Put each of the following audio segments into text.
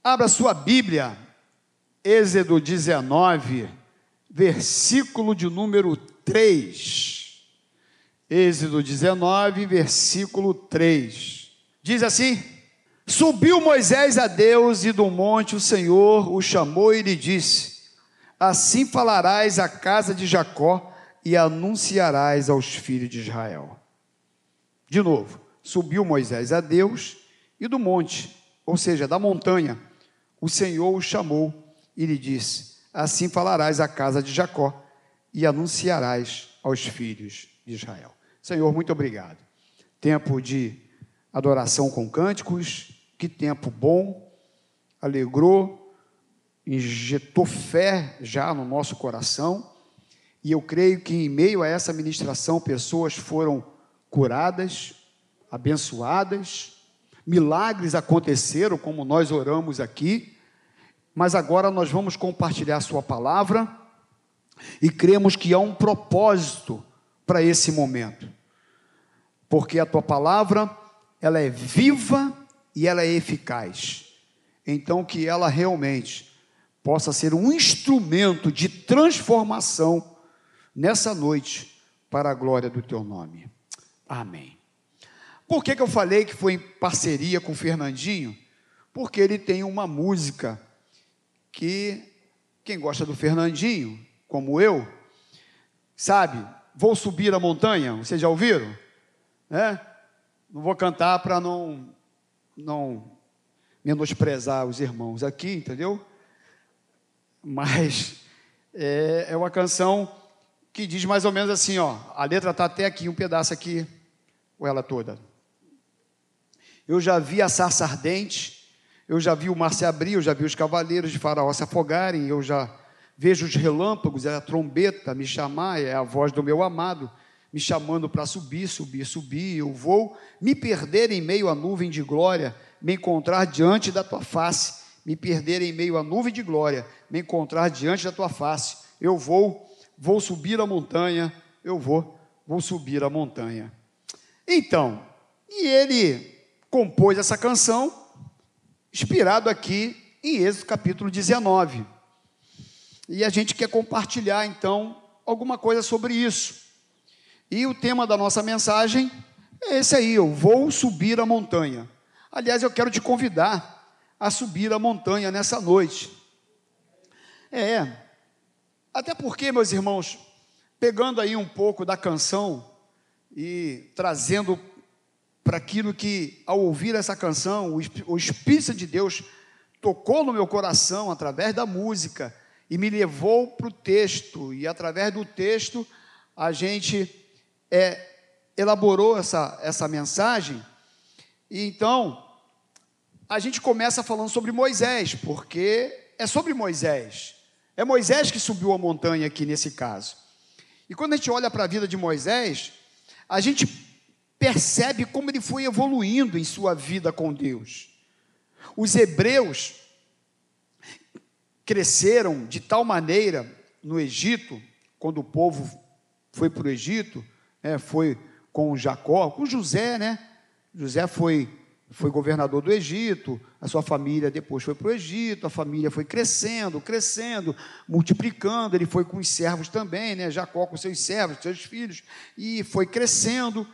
Abra sua Bíblia, Êxodo 19, versículo de número 3. Êxodo 19, versículo 3. Diz assim: Subiu Moisés a Deus, e do monte o Senhor o chamou e lhe disse: Assim falarás à casa de Jacó e anunciarás aos filhos de Israel. De novo, subiu Moisés a Deus, e do monte, ou seja, da montanha, o Senhor o chamou e lhe disse: Assim falarás à casa de Jacó e anunciarás aos filhos de Israel. Senhor, muito obrigado. Tempo de adoração com cânticos, que tempo bom, alegrou, injetou fé já no nosso coração, e eu creio que em meio a essa ministração pessoas foram curadas, abençoadas, milagres aconteceram como nós oramos aqui, mas agora nós vamos compartilhar a sua palavra e cremos que há um propósito para esse momento, porque a tua palavra, ela é viva e ela é eficaz, então que ela realmente possa ser um instrumento de transformação nessa noite, para a glória do teu nome, amém. Por que eu falei que foi em parceria com o Fernandinho? Porque ele tem uma música que, quem gosta do Fernandinho, como eu, sabe, Vou Subir a Montanha, vocês já ouviram? Não vou cantar para não menosprezar os irmãos aqui, entendeu? Mas é uma canção que diz mais ou menos assim, ó, a letra está até aqui, um pedaço aqui, ou ela toda. Eu já vi a sarça ardente, eu já vi o mar se abrir, eu já vi os cavaleiros de Faraó se afogarem, eu já vejo os relâmpagos, é a trombeta me chamar, é a voz do meu amado, me chamando para subir, subir, subir. Eu vou me perder em meio à nuvem de glória, me encontrar diante da tua face, me perder em meio à nuvem de glória, me encontrar diante da tua face. Eu vou subir a montanha, eu vou subir a montanha. Então, e ele compôs essa canção, inspirado aqui em Êxodo capítulo 19. E a gente quer compartilhar, então, alguma coisa sobre isso. E o tema da nossa mensagem é esse aí: eu vou subir a montanha. Aliás, eu quero te convidar a subir a montanha nessa noite. Até porque, meus irmãos, pegando aí um pouco da canção e trazendo para aquilo que, ao ouvir essa canção, o Espírito de Deus tocou no meu coração através da música e me levou para o texto, e através do texto a gente elaborou essa mensagem. E então a gente começa falando sobre Moisés, porque é sobre Moisés, é Moisés que subiu a montanha aqui nesse caso. E quando a gente olha para a vida de Moisés, a gente percebe como ele foi evoluindo em sua vida com Deus. Os hebreus cresceram de tal maneira no Egito, quando o povo foi para o Egito, foi com Jacó, com José, né? José foi governador do Egito, a sua família depois foi para o Egito, a família foi crescendo, multiplicando, ele foi com os servos também, né? Jacó com seus servos, seus filhos, e foi crescendo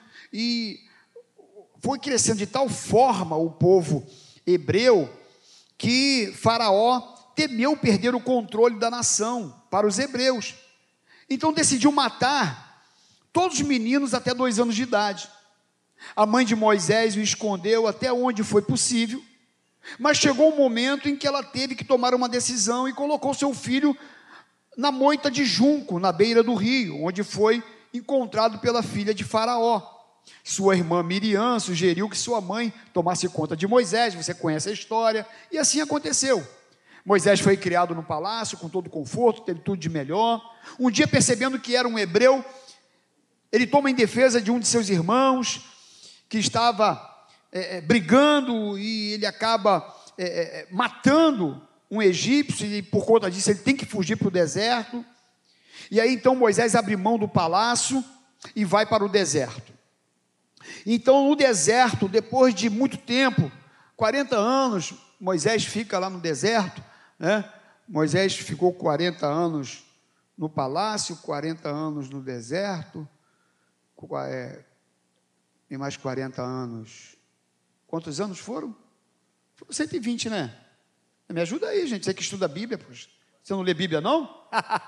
de tal forma o povo hebreu, que Faraó temeu perder o controle da nação para os hebreus, então decidiu matar todos os meninos até 2 anos de idade. A mãe de Moisés o escondeu até onde foi possível, mas chegou um momento em que ela teve que tomar uma decisão e colocou seu filho na moita de junco, na beira do rio, onde foi encontrado pela filha de Faraó. Sua irmã Miriam sugeriu que sua mãe tomasse conta de Moisés, você conhece a história, e assim aconteceu. Moisés foi criado no palácio, com todo conforto, teve tudo de melhor. Um dia, percebendo que era um hebreu, ele toma em defesa de um de seus irmãos, que estava brigando, e ele acaba matando um egípcio, e por conta disso ele tem que fugir para o deserto. E aí então Moisés abre mão do palácio e vai para o deserto. Então no deserto, depois de muito tempo, 40 anos, Moisés fica lá no deserto, né? Moisés ficou 40 anos no palácio, 40 anos no deserto, e mais 40 anos. Quantos anos foram? Foram 120, né? Me ajuda aí, gente, você que estuda a Bíblia, poxa. Você não lê Bíblia, não?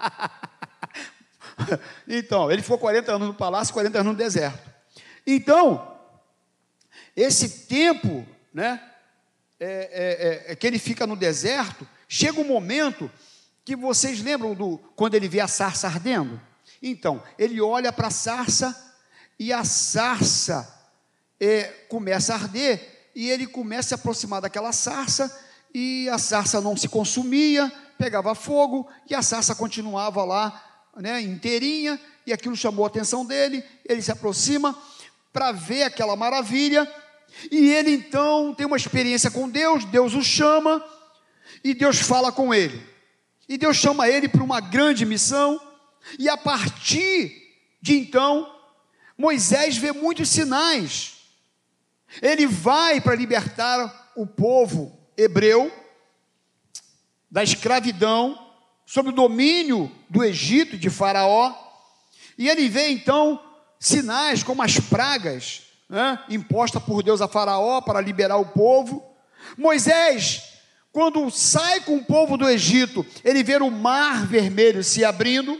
Então, ele ficou 40 anos no palácio, 40 anos no deserto. Então, esse tempo, né, que ele fica no deserto, chega um momento que vocês lembram quando ele vê a sarça ardendo? Então, ele olha para a sarça e a sarça começa a arder e ele começa a se aproximar daquela sarça e a sarça não se consumia, pegava fogo e a sarça continuava lá, né, inteirinha, e aquilo chamou a atenção dele. Ele se aproxima para ver aquela maravilha e ele então tem uma experiência com Deus. Deus o chama e Deus fala com ele. E Deus chama ele para uma grande missão, e a partir de então, Moisés vê muitos sinais. Ele vai para libertar o povo hebreu da escravidão, sob o domínio do Egito, de Faraó, e ele vê então sinais como as pragas, né, impostas por Deus a Faraó para liberar o povo. Moisés, quando sai com o povo do Egito, ele vê o mar vermelho se abrindo.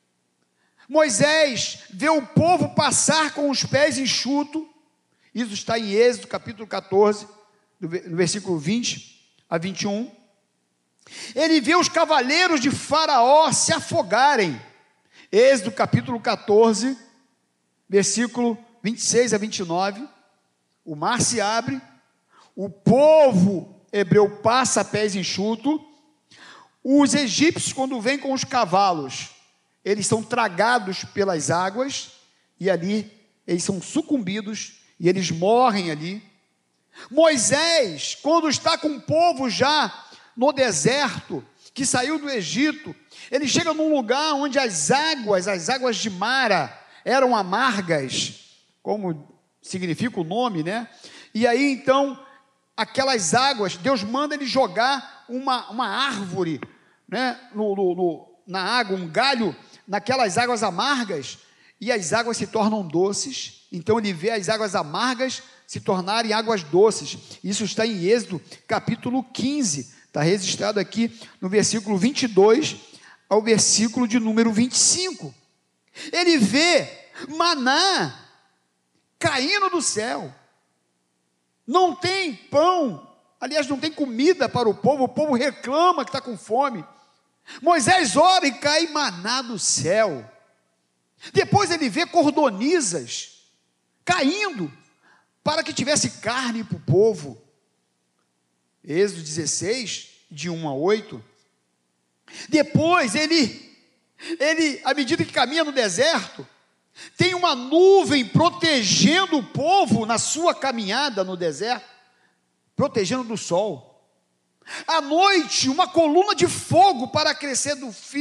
Moisés vê o povo passar com os pés enxutos. Isso está em Êxodo capítulo 14, no versículo 20 a 21. Ele vê os cavaleiros de Faraó se afogarem. Êxodo capítulo 14, versículo 26 a 29. O mar se abre, o povo hebreu passa a pés enxutos. Os egípcios, quando vêm com os cavalos, eles são tragados pelas águas, e ali eles são sucumbidos, e eles morrem ali. Moisés, quando está com o povo já no deserto, que saiu do Egito, ele chega num lugar onde as águas de Mara, eram amargas, como significa o nome, né? E aí então, aquelas águas, Deus manda ele jogar uma árvore, né, na água, um galho, naquelas águas amargas, e as águas se tornam doces. Então ele vê as águas amargas se tornarem águas doces. Isso está em Êxodo capítulo 15, está registrado aqui no versículo 22 ao versículo de número 25. Ele vê maná caindo do céu. Não tem pão, aliás, não tem comida para o povo reclama que está com fome. Moisés ora e cai maná do céu. Depois ele vê cordonizas caindo, para que tivesse carne para o povo. Êxodo 16, de 1 a 8. Depois ele, à medida que caminha no deserto, tem uma nuvem protegendo o povo na sua caminhada no deserto, protegendo do sol. À noite, uma coluna de fogo para aquecer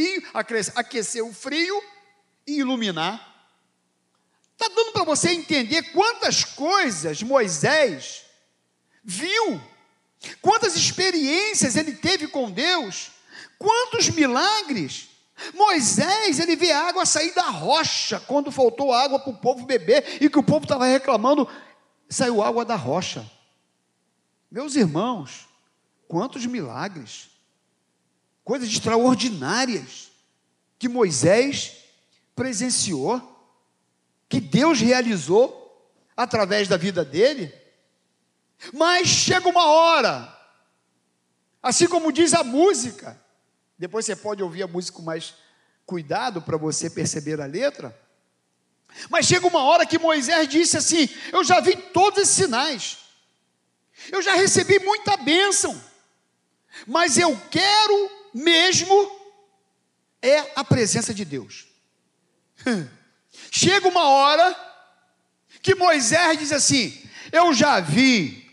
o frio e iluminar. Está dando para você entender quantas coisas Moisés viu, quantas experiências ele teve com Deus, quantos milagres. Moisés, ele vê a água sair da rocha, quando faltou água para o povo beber, e que o povo estava reclamando, saiu água da rocha. Meus irmãos, quantos milagres, coisas extraordinárias, que Moisés presenciou, que Deus realizou, através da vida dele. Mas chega uma hora, assim como diz a música, depois você pode ouvir a música com mais cuidado, para você perceber a letra, mas chega uma hora que Moisés disse assim: eu já vi todos esses sinais, eu já recebi muita bênção, mas eu quero mesmo a presença de Deus. Chega uma hora que Moisés diz assim: eu já vi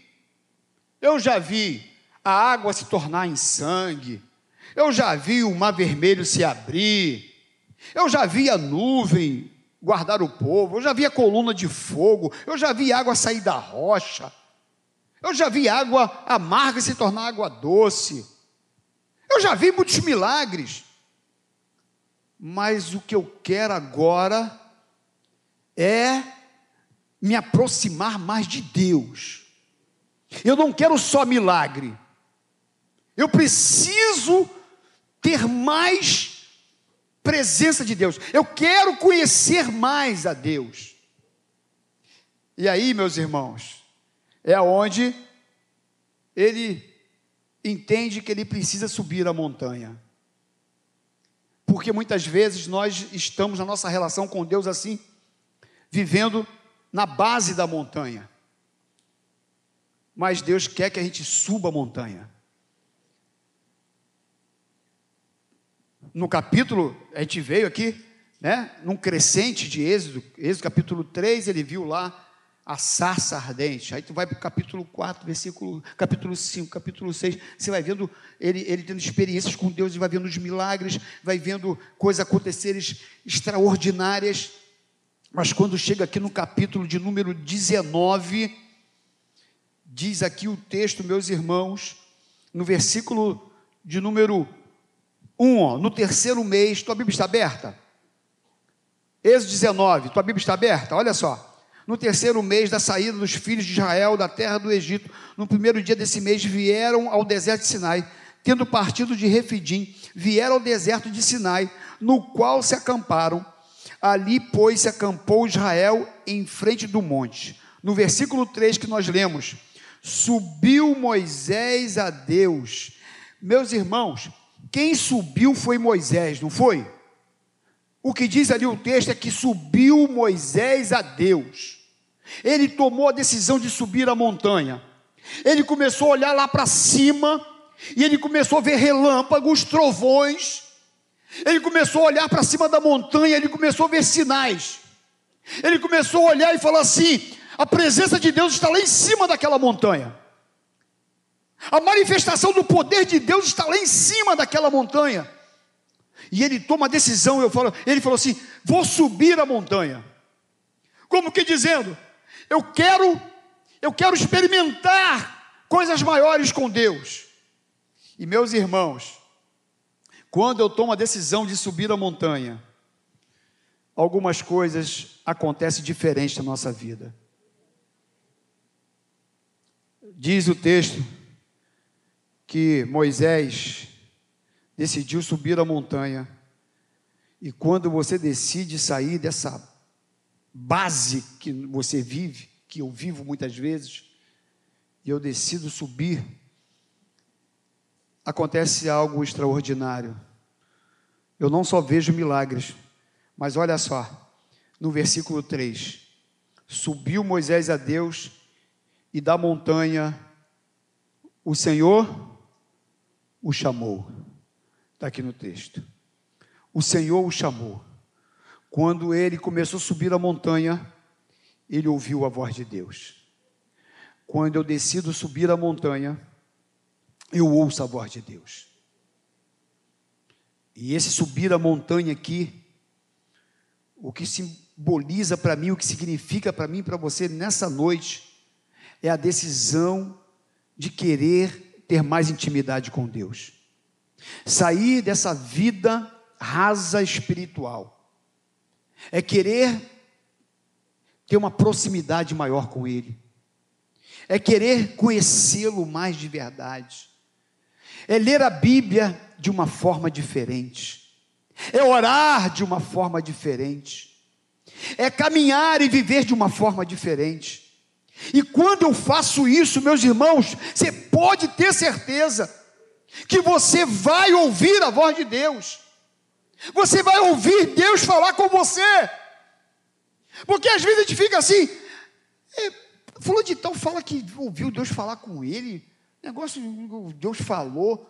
a água se tornar em sangue, eu já vi o mar vermelho se abrir, eu já vi a nuvem guardar o povo, eu já vi a coluna de fogo, eu já vi água sair da rocha, Eu já vi água amarga se tornar água doce. Eu já vi muitos milagres. Mas o que eu quero agora é me aproximar mais de Deus. Eu não quero só milagre. Eu preciso ter mais presença de Deus. Eu quero conhecer mais a Deus. E aí, meus irmãos, é onde ele entende que ele precisa subir a montanha. Porque muitas vezes nós estamos na nossa relação com Deus assim, vivendo na base da montanha. Mas Deus quer que a gente suba a montanha. No capítulo, a gente veio aqui, num crescente de Êxodo capítulo 3, ele viu lá a sarça ardente. Aí tu vai para o capítulo 4, capítulo 5, capítulo 6, você vai vendo ele tendo experiências com Deus, e vai vendo os milagres, vai vendo coisas acontecerem extraordinárias. Mas quando chega aqui no capítulo de número 19, diz aqui o texto, meus irmãos, no versículo de número 1, no terceiro mês, tua Bíblia está aberta? Êxodo 19, tua Bíblia está aberta? Olha só. No terceiro mês da saída dos filhos de Israel da terra do Egito, no primeiro dia desse mês, vieram ao deserto de Sinai, tendo partido de Refidim, vieram ao deserto de Sinai, no qual se acamparam. Ali, pois, se acampou Israel em frente do monte. No versículo 3 que nós lemos, subiu Moisés a Deus. Meus irmãos, quem subiu foi Moisés, não foi? O que diz ali o texto é que subiu Moisés a Deus. Ele tomou a decisão de subir a montanha. Ele começou a olhar lá para cima, e ele começou a ver relâmpagos, trovões. Ele começou a olhar para cima da montanha, ele começou a ver sinais. Ele começou a olhar e falar assim: a presença de Deus está lá em cima daquela montanha. A manifestação do poder de Deus está lá em cima daquela montanha. E ele toma a decisão, ele falou assim: vou subir a montanha. Como que dizendo, eu quero experimentar coisas maiores com Deus. E meus irmãos, quando eu tomo a decisão de subir a montanha, algumas coisas acontecem diferentes na nossa vida. Diz o texto que Moisés decidiu subir a montanha, e quando você decide sair dessa base que você vive, que eu vivo muitas vezes, e eu decido subir, acontece algo extraordinário. Eu não só vejo milagres, mas olha só, no versículo 3, subiu Moisés a Deus, e da montanha o Senhor o chamou. Está aqui no texto. O Senhor o chamou. Quando ele começou a subir a montanha, ele ouviu a voz de Deus. Quando eu decido subir a montanha, eu ouço a voz de Deus. E esse subir a montanha aqui, o que simboliza para mim, o que significa para mim e para você nessa noite, é a decisão de querer ter mais intimidade com Deus. Sair dessa vida rasa espiritual, é querer ter uma proximidade maior com Ele, é querer conhecê-lo mais de verdade, é ler a Bíblia de uma forma diferente, é orar de uma forma diferente, é caminhar e viver de uma forma diferente. E quando eu faço isso, meus irmãos, você pode ter certeza que você vai ouvir a voz de Deus, você vai ouvir Deus falar com você, porque às vezes a gente fica assim, fulano de tal fala que ouviu Deus falar com ele, negócio, Deus falou,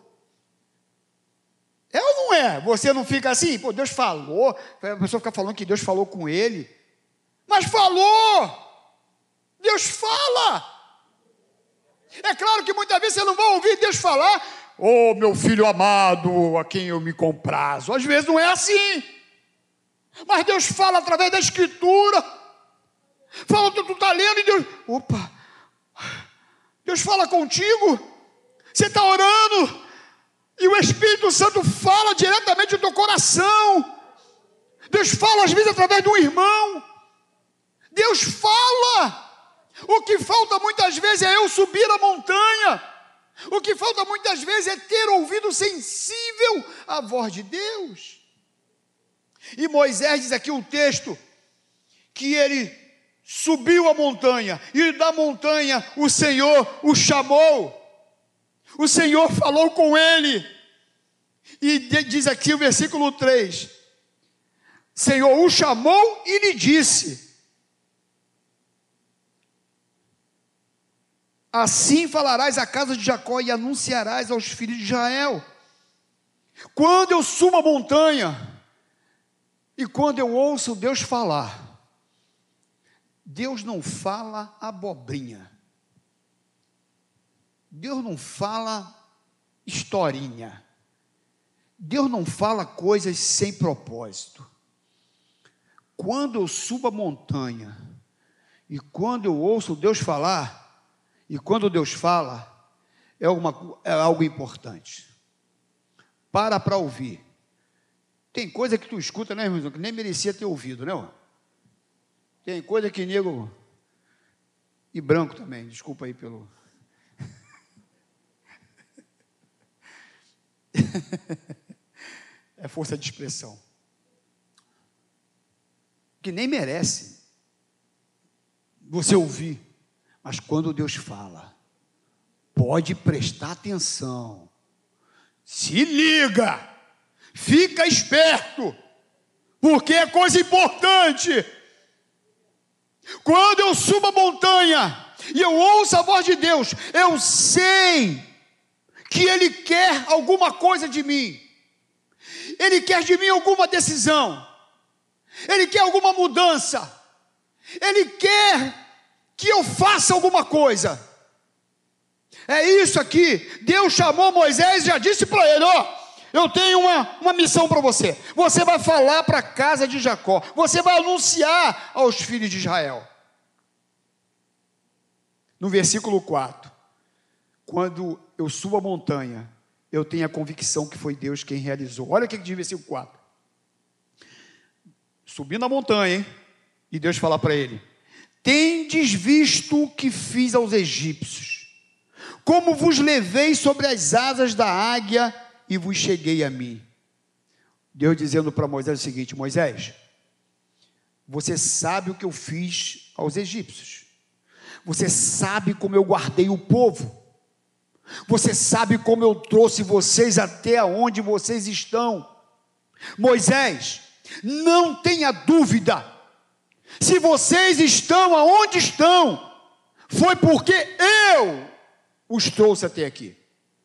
é ou não é? Você não fica assim, pô, Deus falou, a pessoa fica falando que Deus falou com ele, mas falou, Deus fala. É claro que muitas vezes você não vai ouvir Deus falar, meu filho amado, a quem eu me comprazo. Às vezes não é assim, mas Deus fala através da Escritura. Fala, tu está lendo e Deus, opa, Deus fala contigo, você está orando, e o Espírito Santo fala diretamente no teu coração. Deus fala às vezes através de um irmão. Deus fala. O que falta muitas vezes é eu subir a montanha. O que falta muitas vezes é ter ouvido sensível à voz de Deus. E Moisés diz aqui o texto, que ele subiu a montanha, e da montanha o Senhor o chamou, o Senhor falou com ele, e diz aqui o versículo 3, Senhor o chamou e lhe disse, assim falarás à casa de Jacó e anunciarás aos filhos de Israel, quando eu subo a montanha, e quando eu ouço Deus falar, Deus não fala abobrinha, Deus não fala historinha, Deus não fala coisas sem propósito. Quando eu subo a montanha, e quando eu ouço Deus falar, e quando Deus fala, é algo importante. Para ouvir. Tem coisa que tu escuta, né, irmão, que nem merecia ter ouvido, né? Ó? Tem coisa que nego, e branco também, desculpa aí pelo... É força de expressão. Que nem merece você ouvir, mas quando Deus fala, pode prestar atenção, se liga, fica esperto, porque é coisa importante. Quando eu subo a montanha e eu ouço a voz de Deus, eu sei que Ele quer alguma coisa de mim, Ele quer de mim alguma decisão, Ele quer alguma mudança, Ele quer que eu faça alguma coisa. É isso aqui. Deus chamou Moisés e já disse para ele, ó, eu tenho uma missão para você. Você vai falar para a casa de Jacó. Você vai anunciar aos filhos de Israel. No versículo 4. Quando eu subo a montanha, eu tenho a convicção que foi Deus quem realizou. Olha o que diz o versículo 4. Subindo a montanha, hein? E Deus fala para ele, tendes visto o que fiz aos egípcios, como vos levei sobre as asas da águia, e vos cheguei a mim. Deus dizendo para Moisés o seguinte, Moisés, você sabe o que eu fiz aos egípcios, você sabe como eu guardei o povo, você sabe como eu trouxe vocês até onde vocês estão. Moisés, não tenha dúvida, se vocês estão aonde estão, foi porque eu os trouxe até aqui.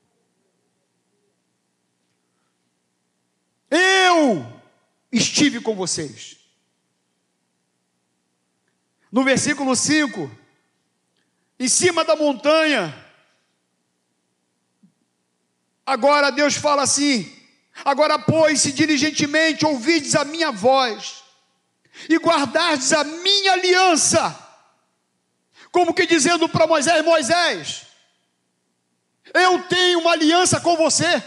Eu estive com vocês. No versículo 5, em cima da montanha, agora Deus fala assim, agora pois, se diligentemente ouvides a minha voz, e guardardes a minha aliança, como que dizendo para Moisés, Moisés, eu tenho uma aliança com você.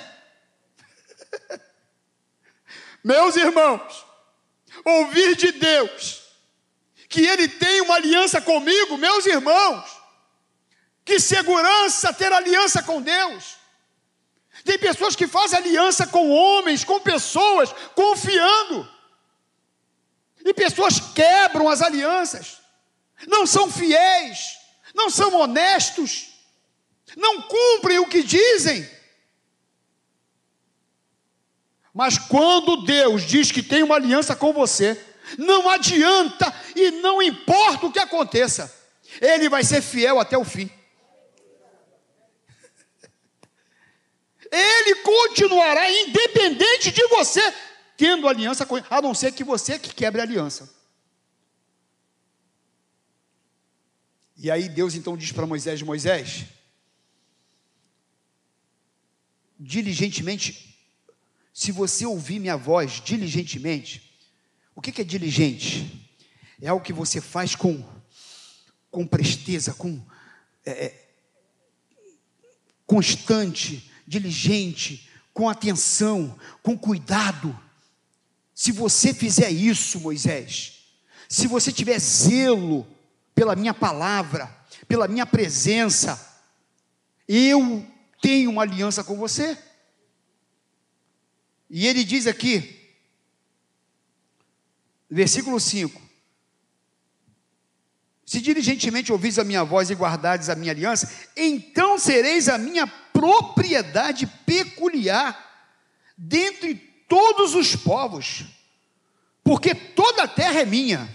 Meus irmãos, ouvir de Deus que Ele tem uma aliança comigo, meus irmãos, que segurança ter aliança com Deus. Tem pessoas que fazem aliança com homens, com pessoas, confiando, e pessoas quebram as alianças, não são fiéis, não são honestos, não cumprem o que dizem. Mas quando Deus diz que tem uma aliança com você, não adianta e não importa o que aconteça, Ele vai ser fiel até o fim. Ele continuará independente de você, tendo aliança com Ele, a não ser que você que quebre a aliança. E aí Deus então diz para Moisés, Moisés, diligentemente, se você ouvir minha voz diligentemente, o que é diligente? É algo que você faz com presteza, constante, diligente, com atenção, com cuidado. Se você fizer isso, Moisés, se você tiver zelo pela minha palavra, pela minha presença, eu tenho uma aliança com você. E ele diz aqui, versículo 5: se diligentemente ouvis a minha voz e guardardes a minha aliança, então sereis a minha propriedade peculiar dentre todos os povos, porque toda a terra é minha.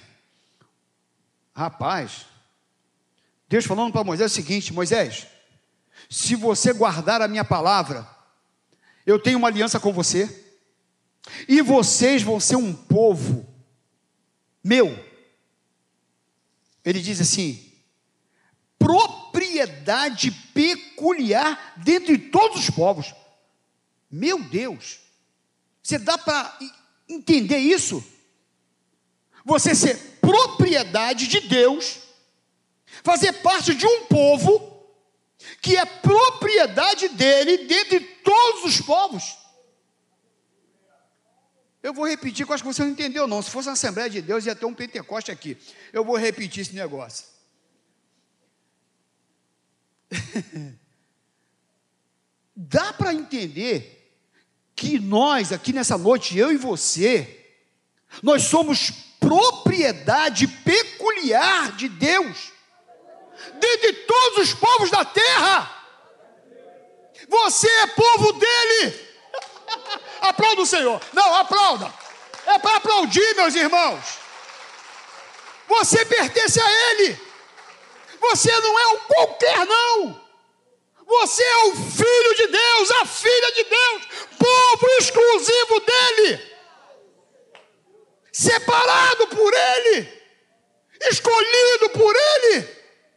Rapaz, Deus falando para Moisés o seguinte: Moisés, se você guardar a minha palavra, eu tenho uma aliança com você, e vocês vão ser um povo meu. Ele diz assim: propriedade peculiar dentre todos os povos. Meu Deus, você dá para entender isso? Você ser propriedade de Deus, fazer parte de um povo que é propriedade dele dentre todos os povos. Eu vou repetir, que eu acho que você não entendeu não. Se fosse uma Assembleia de Deus, ia ter um Pentecoste aqui. Eu vou repetir esse negócio. Dá para entender que nós, aqui nessa noite, eu e você, nós somos propriedade peculiar de Deus, dentre todos os povos da terra. Você é povo dele. Aplauda o Senhor. Não, aplauda. É para aplaudir, meus irmãos. Você pertence a Ele. Você não é um qualquer, não. Você é o filho de Deus, a filha de Deus, povo exclusivo dEle, separado por Ele, escolhido por Ele.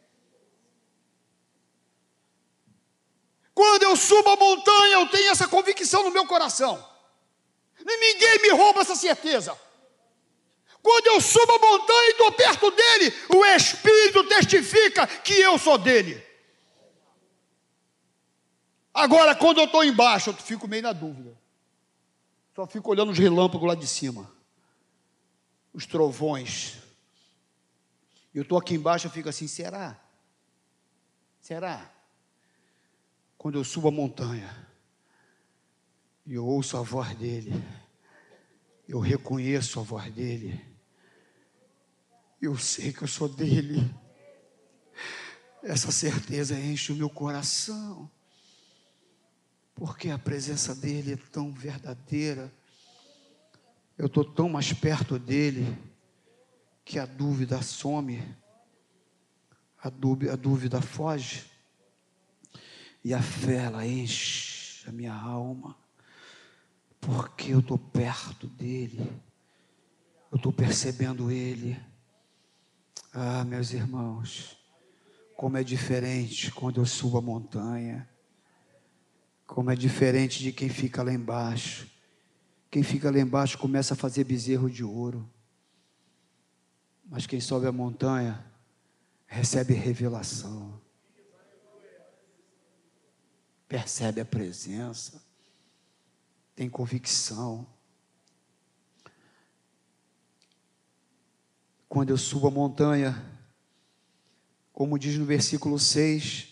Quando eu subo a montanha, eu tenho essa convicção no meu coração. Ninguém me rouba essa certeza. Quando eu subo a montanha e estou perto dele, o Espírito testifica que eu sou dele. Agora, quando eu estou embaixo, eu fico meio na dúvida. Só fico olhando os relâmpagos lá de cima, os trovões. Eu estou aqui embaixo, eu fico assim: será? Será? Quando eu subo a montanha e eu ouço a voz dele, eu reconheço a voz dele, eu sei que eu sou dele, essa certeza enche o meu coração, porque a presença dele é tão verdadeira, eu estou tão mais perto dele, que a dúvida some, a dúvida foge, e a fé, ela enche a minha alma, porque eu estou perto dele, eu estou percebendo ele. Ah, meus irmãos, como é diferente quando eu subo a montanha, como é diferente de quem fica lá embaixo. Quem fica lá embaixo começa a fazer bezerro de ouro, mas quem sobe a montanha recebe revelação, percebe a presença, tem convicção. Quando eu subo a montanha, como diz no versículo 6,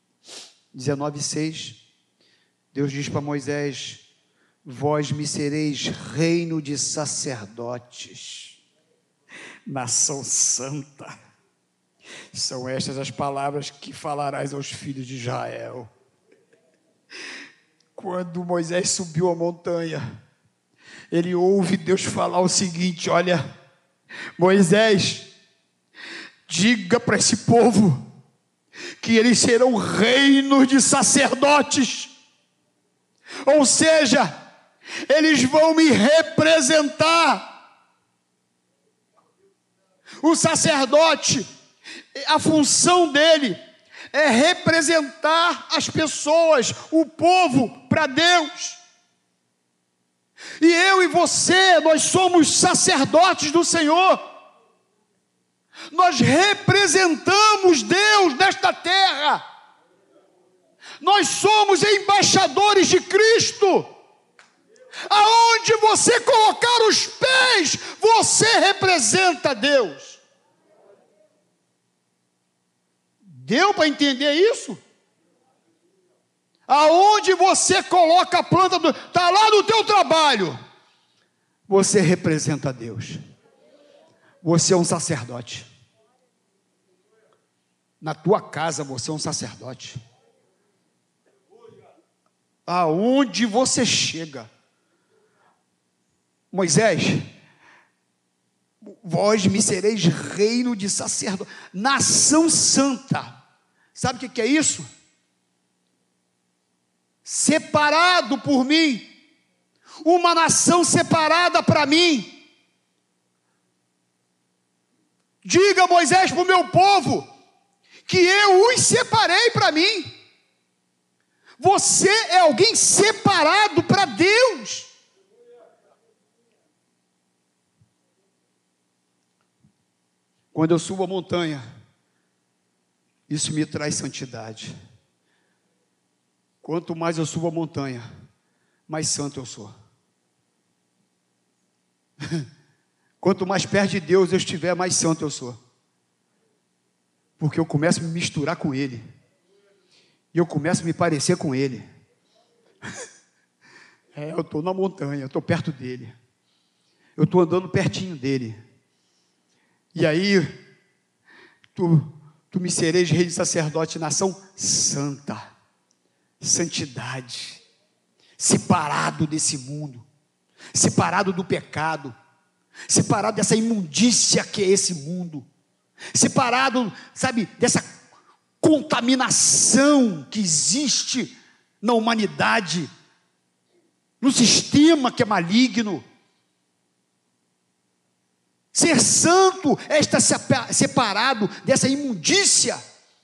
19:6, Deus diz para Moisés: vós me sereis reino de sacerdotes, nação santa. São estas as palavras que falarás aos filhos de Israel. Quando Moisés subiu a montanha, ele ouve Deus falar o seguinte: olha, Moisés, diga para esse povo que eles serão reinos de sacerdotes, ou seja, eles vão me representar. O sacerdote, a função dele é representar as pessoas, o povo, para Deus. E eu e você, nós somos sacerdotes do Senhor. Nós representamos Deus nesta terra. Nós somos embaixadores de Cristo. Aonde você colocar os pés, você representa Deus. Deu para entender isso? Aonde você coloca a planta, está lá no teu trabalho, você representa Deus. Você é um sacerdote. Na tua casa você é um sacerdote. Aonde você chega, Moisés, vós me sereis reino de sacerdote, nação santa. Sabe o que é isso? Separado por mim, uma nação separada para mim. Diga, Moisés, para o meu povo, que eu os separei para mim. Você é alguém separado para Deus. Quando eu subo a montanha, isso me traz santidade. Quanto mais eu subo a montanha, mais santo eu sou. Quanto mais perto de Deus eu estiver, mais santo eu sou. Porque eu começo a me misturar com Ele. E eu começo a me parecer com Ele. Eu estou na montanha, eu estou perto dEle. Eu estou andando pertinho dEle. E aí, tu me sereis rei de sacerdote, nação santa. Santidade. Separado desse mundo. Separado do pecado. Separado dessa imundícia que é esse mundo. Separado, sabe, dessa contaminação que existe na humanidade, no sistema que é maligno. Ser santo é estar separado dessa imundícia,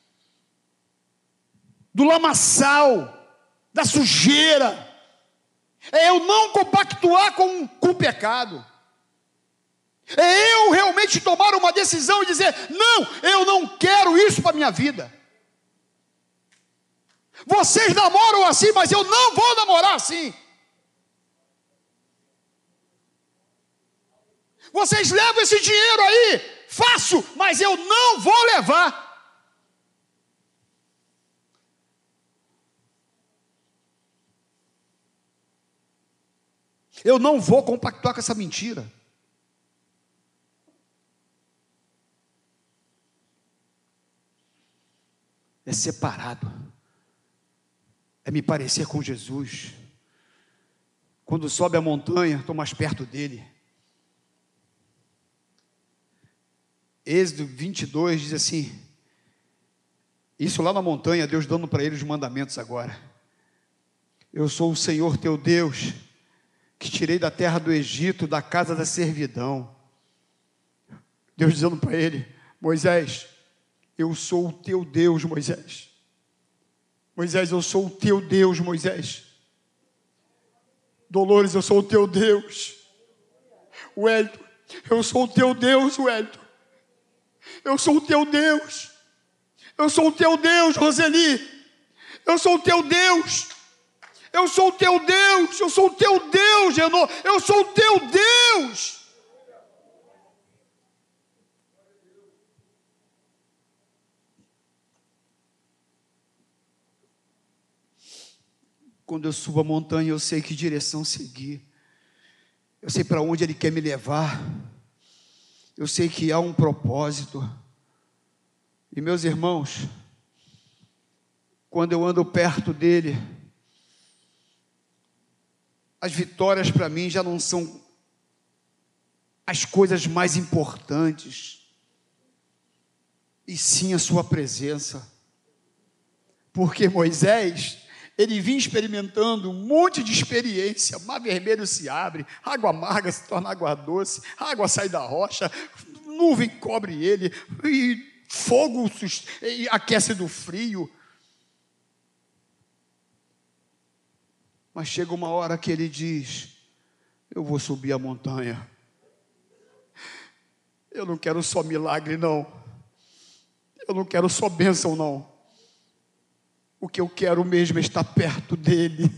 do lamaçal, da sujeira. É eu não compactuar com o pecado. É eu realmente tomar uma decisão e dizer: não, eu não quero isso para a minha vida. Vocês namoram assim, mas eu não vou namorar assim. Vocês levam esse dinheiro aí, fácil, mas eu não vou levar. Eu não vou compactuar com essa mentira. É separado. É me parecer com Jesus. Quando sobe a montanha, estou mais perto dele. Êxodo 22 diz assim, isso lá na montanha, Deus dando para eles os mandamentos agora. Eu sou o Senhor teu Deus, que tirei da terra do Egito, da casa da servidão. Deus dizendo para ele: Moisés, eu sou o teu Deus, Moisés. Moisés, eu sou o teu Deus, Moisés. Dolores, eu sou o teu Deus. Wellington, eu sou o teu Deus, Wellington. Eu sou o teu Deus. Eu sou o teu Deus, Roseli. Eu sou o teu Deus. Eu sou o teu Deus. Eu sou o teu Deus, Genô. Eu sou o teu Deus. Quando eu subo a montanha, eu sei que direção seguir. Eu sei para onde Ele quer me levar. Eu sei que há um propósito. E meus irmãos, quando eu ando perto dEle, as vitórias para mim já não são as coisas mais importantes, e sim a sua presença. Porque Moisés, ele vinha experimentando um monte de experiência. Mar vermelho se abre, água amarga se torna água doce, água sai da rocha, nuvem cobre ele, e fogo aquece do frio. Mas chega uma hora que ele diz: eu vou subir a montanha. Eu não quero só milagre, não. Eu não quero só bênção, não. O que eu quero mesmo é estar perto dele.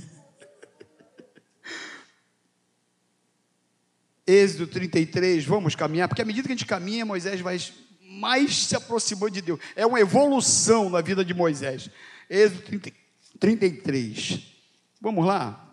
Êxodo 33, vamos caminhar, porque à medida que a gente caminha, Moisés vai mais se aproximando de Deus. É uma evolução na vida de Moisés. Êxodo 33. Vamos lá.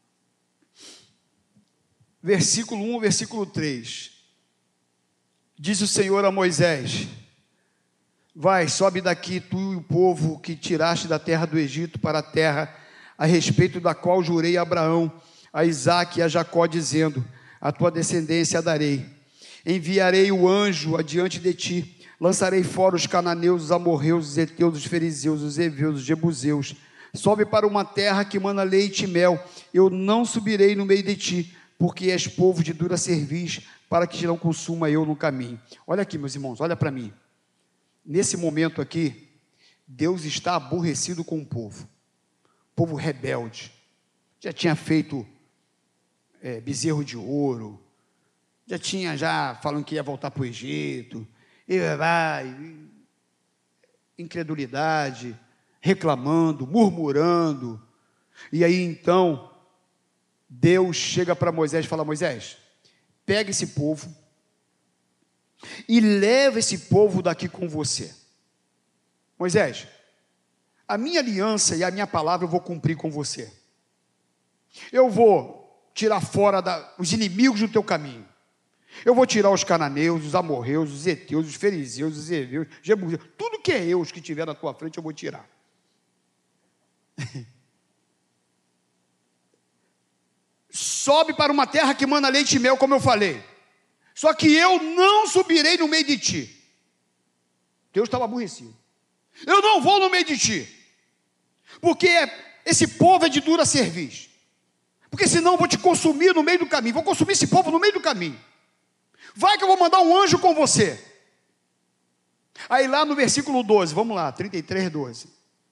Versículo 1, versículo 3. Diz o Senhor a Moisés: vai, sobe daqui, tu e o povo que tiraste da terra do Egito para a terra, a respeito da qual jurei a Abraão, a Isaque e a Jacó, dizendo: a tua descendência darei. Enviarei o anjo adiante de ti, lançarei fora os cananeus, os amorreus, os heteus, os fariseus, os heveus, os jebuseus. Sobe para uma terra que mana leite e mel. Eu não subirei no meio de ti, porque és povo de dura cerviz, para que te não consuma eu no caminho. Olha aqui, meus irmãos, olha para mim. Nesse momento aqui, Deus está aborrecido com o povo rebelde. Já tinha feito bezerro de ouro, já falando que ia voltar para o Egito, incredulidade, reclamando, murmurando. E aí então, Deus chega para Moisés e fala: Moisés, pega esse povo e leva esse povo daqui com você. Moisés, a minha aliança e a minha palavra eu vou cumprir com você. Eu vou tirar fora os inimigos do teu caminho. Eu vou tirar os cananeus, os amorreus, os heteus, os fariseus, os heveus, jebuseus, tudo que é eus que tiver na tua frente eu vou tirar. Sobe para uma terra que mana leite e mel, como eu falei. Só que eu não subirei no meio de ti. Deus estava aborrecido. Eu não vou no meio de ti, porque esse povo é de dura cerviz. Porque senão eu vou te consumir no meio do caminho. Vou consumir esse povo no meio do caminho. Vai que eu vou mandar um anjo com você. Aí lá no versículo 12, vamos lá, 33, 12.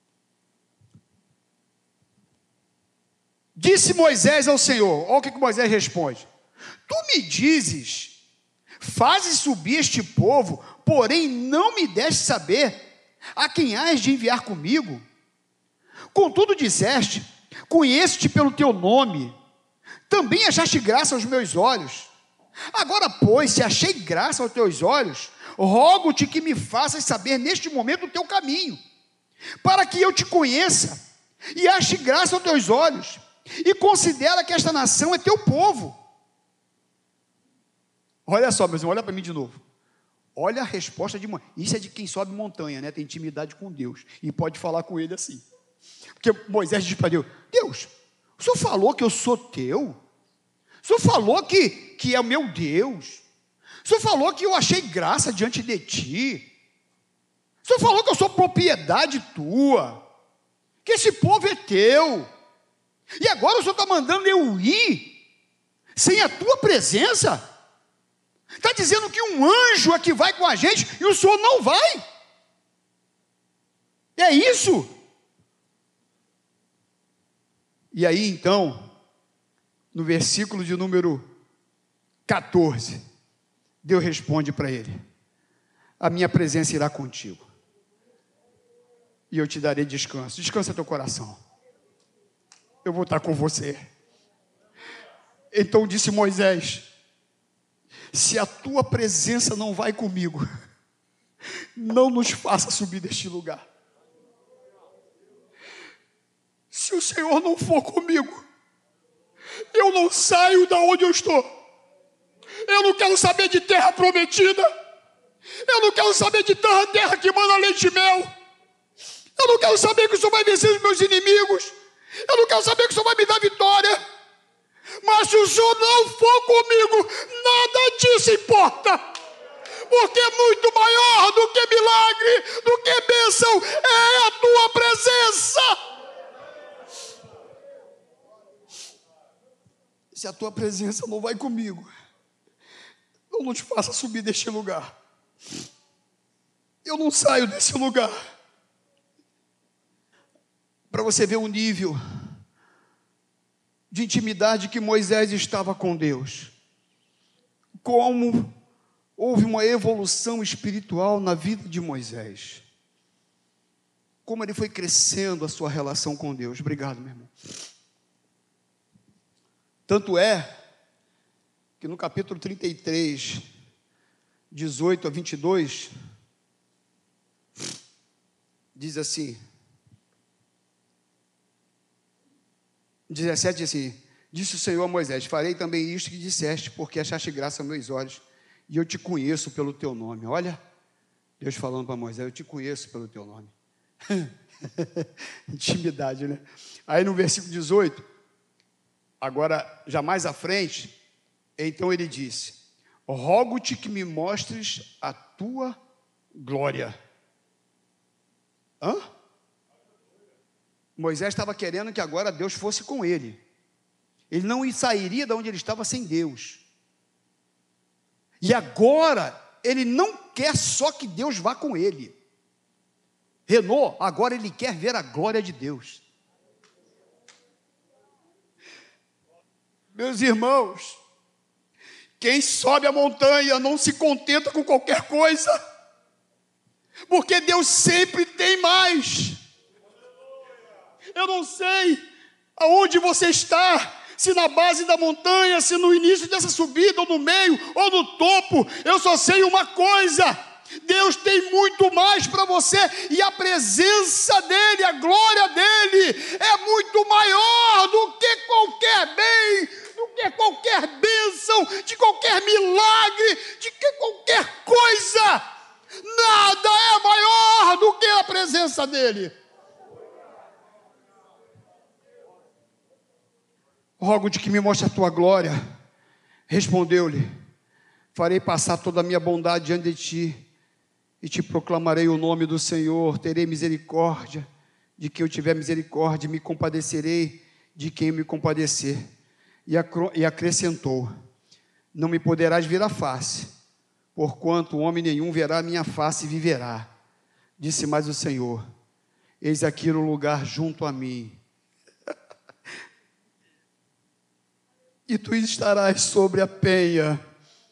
Disse Moisés ao Senhor, olha o que Moisés responde: tu me dizes, fazes subir este povo, porém não me deste saber a quem hás de enviar comigo. Contudo disseste: conheço-te pelo teu nome, também achaste graça aos meus olhos. Agora, pois, se achei graça aos teus olhos, rogo-te que me faças saber neste momento o teu caminho, para que eu te conheça e ache graça aos teus olhos, e considera que esta nação é teu povo. Olha só, meus irmãos, olha para mim de novo. Olha a resposta de Moisés. Isso é de quem sobe montanha, né? Tem intimidade com Deus e pode falar com ele assim. Porque Moisés diz para Deus: Deus, o Senhor falou que eu sou teu? O Senhor falou que é o meu Deus? O Senhor falou que eu achei graça diante de ti? O Senhor falou que eu sou propriedade tua? Que esse povo é teu? E agora o Senhor está mandando eu ir sem a tua presença? Está dizendo que um anjo é que vai com a gente e o Senhor não vai? É isso? E aí então, no versículo de número 14, Deus responde para ele: a minha presença irá contigo, e eu te darei descanso. Descansa teu coração, eu vou estar com você. Então disse Moisés: se a tua presença não vai comigo, não nos faça subir deste lugar. Se o Senhor não for comigo, eu não saio da onde eu estou. Eu não quero saber de terra prometida. Eu não quero saber de terra que mana leite e mel. Eu não quero saber que o Senhor vai vencer os meus inimigos. Eu não quero saber que o Senhor vai me dar vitória. Mas se o Senhor não for comigo, nada disso importa. Porque é muito maior do que milagre, do que bênção, é a tua presença. Se a tua presença não vai comigo, eu não te faça subir deste lugar. Eu não saio desse lugar. Para você ver o nível de intimidade que Moisés estava com Deus. Como houve uma evolução espiritual na vida de Moisés. como ele foi crescendo a sua relação com Deus. Obrigado, meu irmão. Tanto é que no capítulo 33, 18 a 22, diz assim, 17 diz assim: disse o Senhor a Moisés: farei também isto que disseste, porque achaste graça aos meus olhos, e eu te conheço pelo teu nome. Olha, Deus falando para Moisés: eu te conheço pelo teu nome. Intimidade, né? Aí no versículo 18, agora já mais à frente, então ele disse: rogo-te que me mostres a tua glória. Hã? Moisés estava querendo que agora Deus fosse com ele. Ele não sairia de onde ele estava sem Deus. E agora, ele não quer só que Deus vá com ele. Renault, agora ele quer ver a glória de Deus. Meus irmãos, quem sobe a montanha não se contenta com qualquer coisa, porque Deus sempre tem mais. Eu não sei aonde você está, se na base da montanha, se no início dessa subida, ou no meio, ou no topo. Eu só sei uma coisa: Deus tem muito mais para você, e a presença dEle, a glória dEle, é muito maior do que qualquer bem, do que qualquer bênção, de qualquer milagre, de que qualquer coisa. Nada é maior do que a presença dEle. Rogo-te que me mostre a tua glória. Respondeu-lhe: farei passar toda a minha bondade diante de ti, e te proclamarei o nome do Senhor. Terei misericórdia de quem eu tiver misericórdia, me compadecerei de quem me compadecer. E acrescentou: não me poderás ver a face, porquanto homem nenhum verá a minha face e viverá. Disse mais o Senhor: eis aqui no lugar junto a mim, e tu estarás sobre a penha.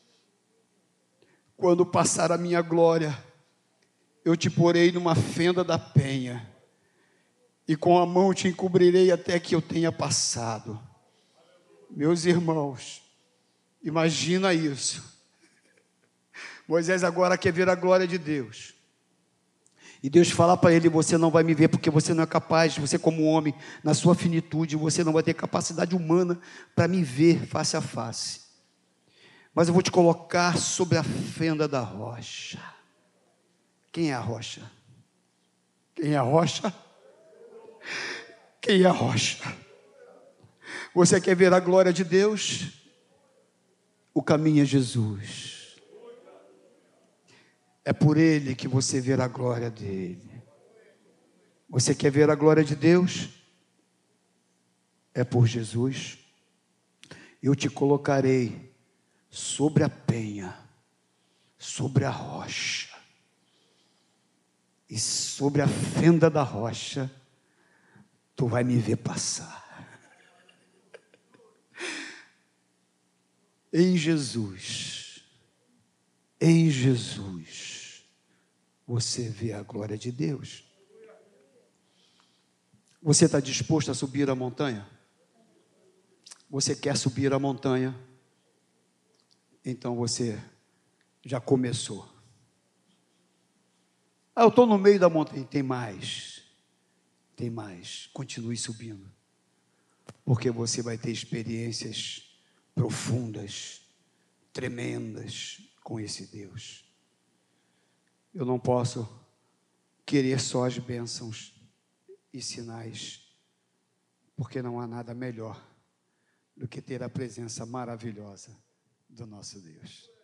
Quando passar a minha glória, eu te porei numa fenda da penha, e com a mão te encobrirei até que eu tenha passado. Meus irmãos, imagina isso. Moisés agora quer ver a glória de Deus. E Deus fala para ele: você não vai me ver, porque você não é capaz, você como homem, na sua finitude, você não vai ter capacidade humana para me ver face a face. Mas eu vou te colocar sobre a fenda da rocha. Quem é a rocha? Quem é a rocha? Quem é a rocha? Você quer ver a glória de Deus? O caminho é Jesus. É por Ele que você verá a glória dEle. Você quer ver a glória de Deus? É por Jesus. Eu te colocarei sobre a penha, sobre a rocha, e sobre a fenda da rocha, tu vai me ver passar. Em Jesus, você vê a glória de Deus. Você está disposto a subir a montanha? Você quer subir a montanha? Então você já começou. Eu estou no meio da montanha. Tem mais. Continue subindo, porque você vai ter experiências profundas, tremendas com esse Deus. Eu não posso querer só as bênçãos e sinais, porque não há nada melhor do que ter a presença maravilhosa do nosso Deus.